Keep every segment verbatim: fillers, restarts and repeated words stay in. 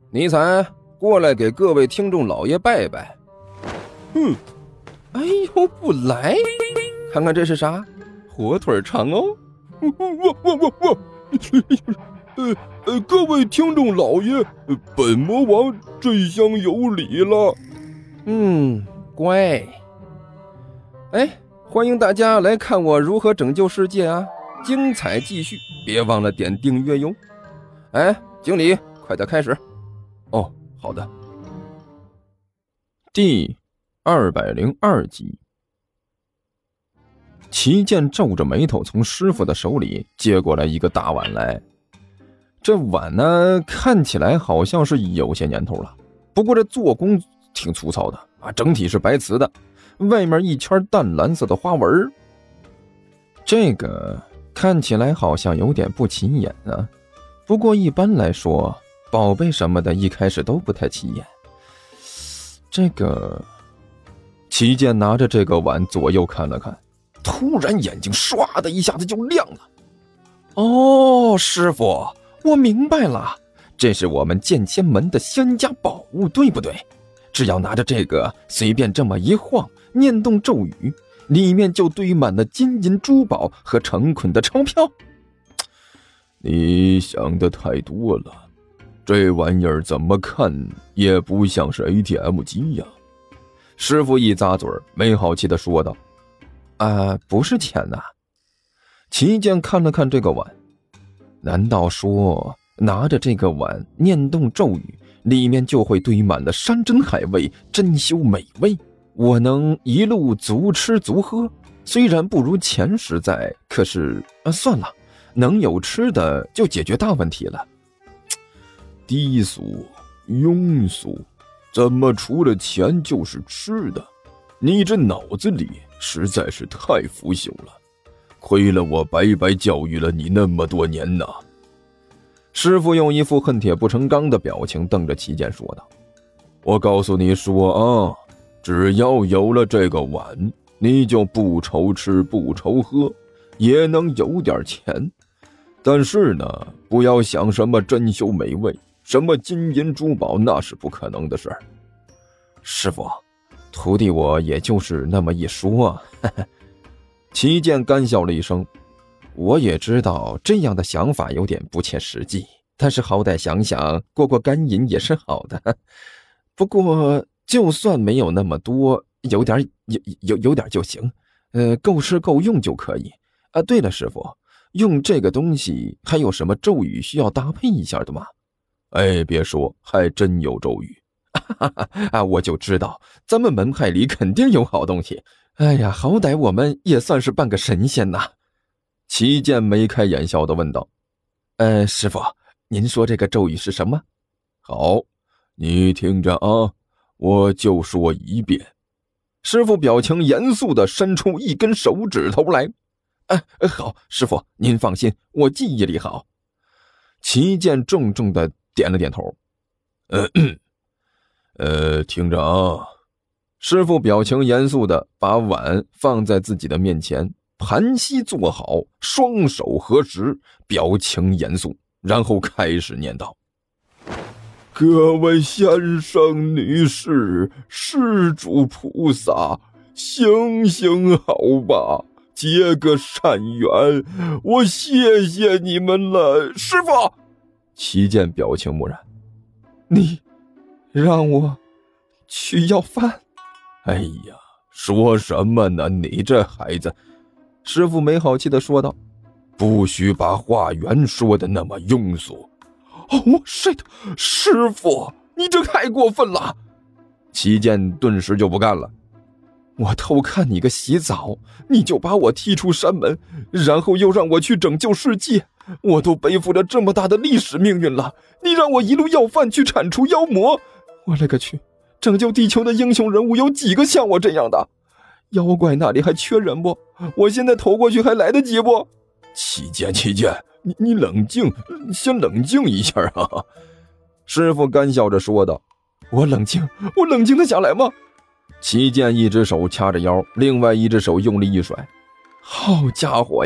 尼采过来给各位听众老爷拜拜。 嗯， 哎呦，不来，看看这是啥？火腿肠哦。 我我我我，呃呃，各位听众老爷，本魔王这厢有礼了。 嗯，乖。哎，欢迎大家来看我如何拯救世界啊！精彩继续，别忘了点订阅哟。哎，经理，快点开始。 哦，好的。 第二百零二集。齐健皱着眉头从师傅的手里接过来一个大碗来，这碗呢看起来好像是有些年头了，不过这做工挺粗糙的啊，整体是白瓷的，外面一圈淡蓝色的花纹。这个看起来好像有点不起眼啊，不过一般来说宝贝什么的一开始都不太起眼。这个齐健拿着这个碗左右看了看，突然眼睛唰的一下子就亮了。哦，师傅，我明白了，这是我们剑仙门的仙家宝物，对不对？只要拿着这个随便这么一晃，念动咒语，里面就堆满了金银珠宝和成捆的钞票。 你想的太多了，这玩意儿怎么看也不像是 A T M 机呀。 师傅一咂嘴，没好气地说道：啊，不是钱呐。齐健看了看这个碗，难道说拿着这个碗念动咒语，里面就会堆满了山珍海味、珍馐美味，我能一路足吃足喝？虽然不如钱实在，可是啊，算了，能有吃的就解决大问题了。 低俗庸俗，怎么除了钱就是吃的？你这脑子里实在是太腐朽了，亏了我白白教育了你那么多年呐。 师傅用一副恨铁不成钢的表情瞪着齐健说道： 我告诉你说啊，只要有了这个碗，你就不愁吃不愁喝，也能有点钱。但是呢，不要想什么珍馐美味，什么金银珠宝，那是不可能的事儿。 师傅，徒弟我也就是那么一说啊。齐健干笑了一声，我也知道这样的想法有点不切实际，但是好歹想想过过干瘾也是好的。不过就算没有那么多，有点有有有点就行，呃，够吃够用就可以啊。对了，师傅，用这个东西还有什么咒语需要搭配一下的吗？ 哎，别说，还真有咒语。 啊，我就知道咱们门派里肯定有好东西。哎呀，好歹我们也算是半个神仙呐。齐健眉开眼笑地问道：呃，师傅，您说这个咒语是什么？ 好，你听着啊，我就说一遍。 师傅表情严肃地伸出一根手指头来。哎，好，师傅您放心，我记忆力好。齐健重重地点了点头。 呃呃，听着啊。 师傅表情严肃地把碗放在自己的面前，盘膝坐好，双手合十，表情严肃，然后开始念道： 各位先生女士，施主菩萨，行行好吧，结个善缘，我谢谢你们了。 师傅，齐健表情木然，你让我去要饭？ 哎呀，说什么呢，你这孩子。 师傅没好气地说道： 不许把话语说的那么庸俗。 哦，是的，师傅，你这太过分了。齐健顿时就不干了。我偷看你个洗澡，你就把我踢出山门，然后又让我去拯救世界，我都背负着这么大的历史命运了，你让我一路要饭去铲除妖魔，我勒个去，拯救地球的英雄人物有几个像我这样的？妖怪那里还缺人不？我现在投过去还来得及不？ 齐健，齐健，你你冷静，先冷静一下啊！ 师傅干笑着说道。我冷静？我冷静得下来吗？齐健一只手掐着腰，另外一只手用力一甩。好家伙呀，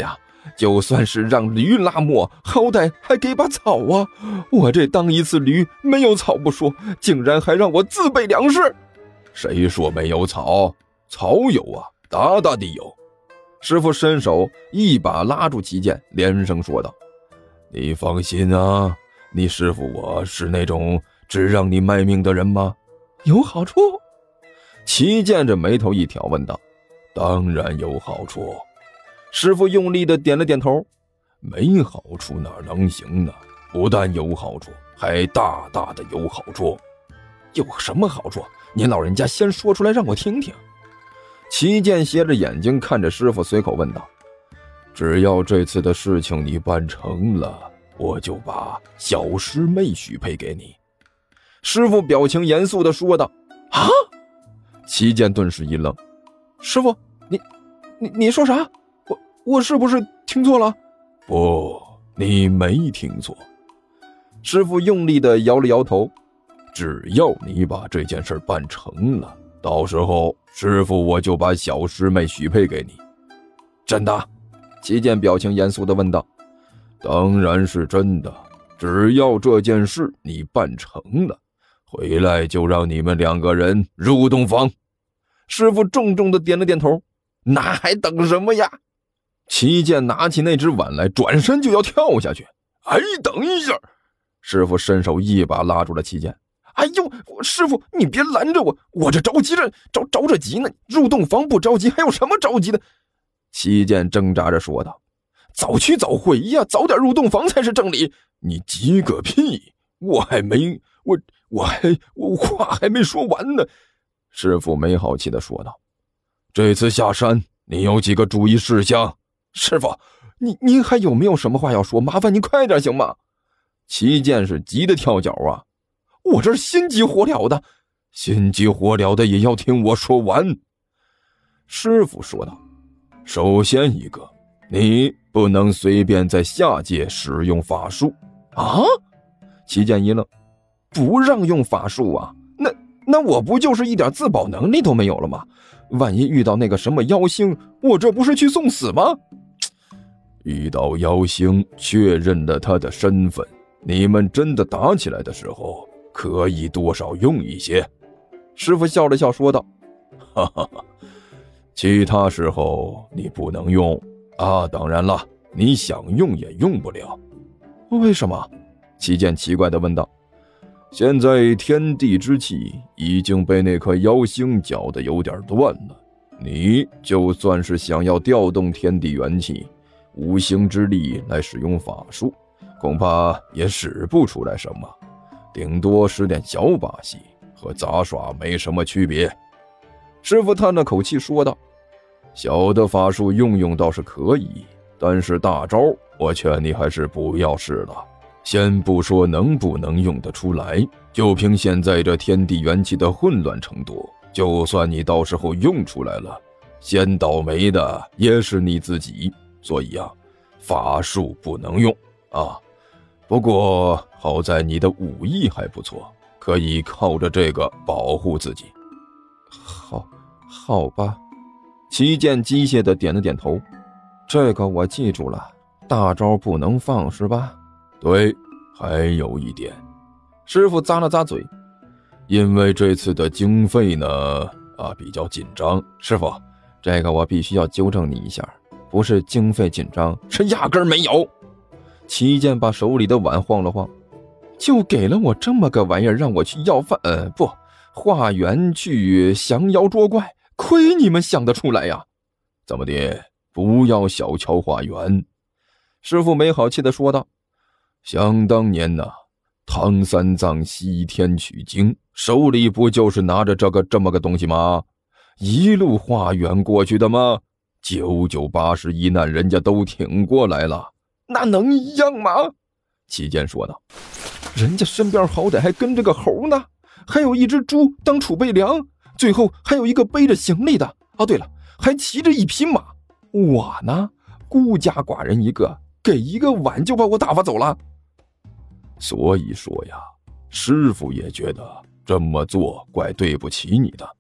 就算是让驴拉磨，好歹还给把草啊！我这当一次驴没有草不说，竟然还让我自备粮食。 谁说没有草？草有啊，大大的有。 师傅伸手一把拉住齐健，连声说道： 你放心啊，你师傅我是那种只让你卖命的人吗？ 有好处？齐健这眉头一挑问道： 当然有好处。 师傅用力的点了点头： 没好处哪能行呢？不但有好处，还大大的有好处。 有什么好处？您老人家先说出来让我听听。齐健斜着眼睛看着师傅，随口问道： 只要这次的事情你办成了，我就把小师妹许配给你。 师傅表情严肃地说道：啊！齐健顿时一愣：师傅，你你你说啥？我我是不是听错了？ 不，你没听错。 师傅用力地摇了摇头： 只要你把这件事办成了，到时候师傅我就把小师妹许配给你。 真的？齐健表情严肃地问道。 当然是真的，只要这件事你办成了，回来就让你们两个人入洞房。 师傅重重地点了点头。那还等什么呀？齐健拿起那只碗来，转身就要跳下去。 哎，等一下！ 师傅伸手一把拉住了齐健。哎呦，师傅，你别拦着我，我这着急着，着着着急呢。入洞房不着急，还有什么着急的？齐健挣扎着说道：早去早回呀，早点入洞房才是正理。 你急个屁！我还没，我我还我话还没说完呢。师傅没好气地说道：这次下山你有几个注意事项？ 师傅，你您还有没有什么话要说？麻烦您快点行吗？齐健是急得跳脚啊！我这是心急火燎的。 心急火燎的也要听我说完。 师傅说道： 首先一个，你不能随便在下界使用法术。 啊？齐健一愣：不让用法术啊？那那我不就是一点自保能力都没有了吗？万一遇到那个什么妖星，我这不是去送死吗？ 遇到妖星，确认了他的身份，你们真的打起来的时候，可以多少用一些。 师傅笑了笑说道： 哈哈哈，其他时候你不能用啊，当然了，你想用也用不了。 为什么？齐健奇怪地问道。 现在天地之气已经被那颗妖星搅得有点乱了，你就算是想要调动天地元气，无形之力来使用法术，恐怕也使不出来什么，顶多使点小把戏，和杂耍没什么区别。 师傅叹了口气说道： 小的法术用用倒是可以，但是大招我劝你还是不要试了。先不说能不能用得出来，就凭现在这天地元气的混乱程度，就算你到时候用出来了，先倒霉的也是你自己。所以啊，法术不能用啊。不过好在你的武艺还不错，可以靠着这个保护自己。 好，好吧。齐健机械地点了点头。这个我记住了，大招不能放是吧？ 对，还有一点。 师傅咂了咂嘴， 因为这次的经费呢啊比较紧张。 师傅，这个我必须要纠正你一下，不是经费紧张，是压根儿没有。齐健把手里的碗晃了晃，就给了我这么个玩意儿，让我去要饭，呃，不，化缘去降妖捉怪，亏你们想得出来呀！ 怎么的，不要小瞧化缘。 师傅没好气地说道： 想当年呢、啊，唐三藏西天取经，手里不就是拿着这个这么个东西吗？一路化缘过去的吗？九九八十一难人家都挺过来了， 那能一样吗？齐健说道：人家身边好歹还跟着个猴呢，还有一只猪当储备粮，最后还有一个背着行李的，哦对了，还骑着一匹马。我呢，孤家寡人一个，给一个碗就把我打发走了。 所以说呀，师傅也觉得这么做怪对不起你的。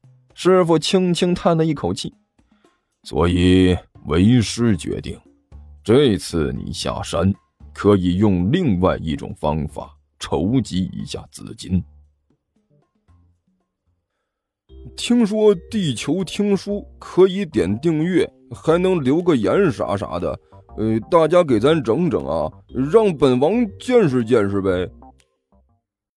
师傅轻轻叹了一口气， 所以为师决定， 这次你下山可以用另外一种方法筹集一下资金。 听说地球听书可以点订阅，还能留个言啥啥的，呃，大家给咱整整啊，让本王见识见识呗。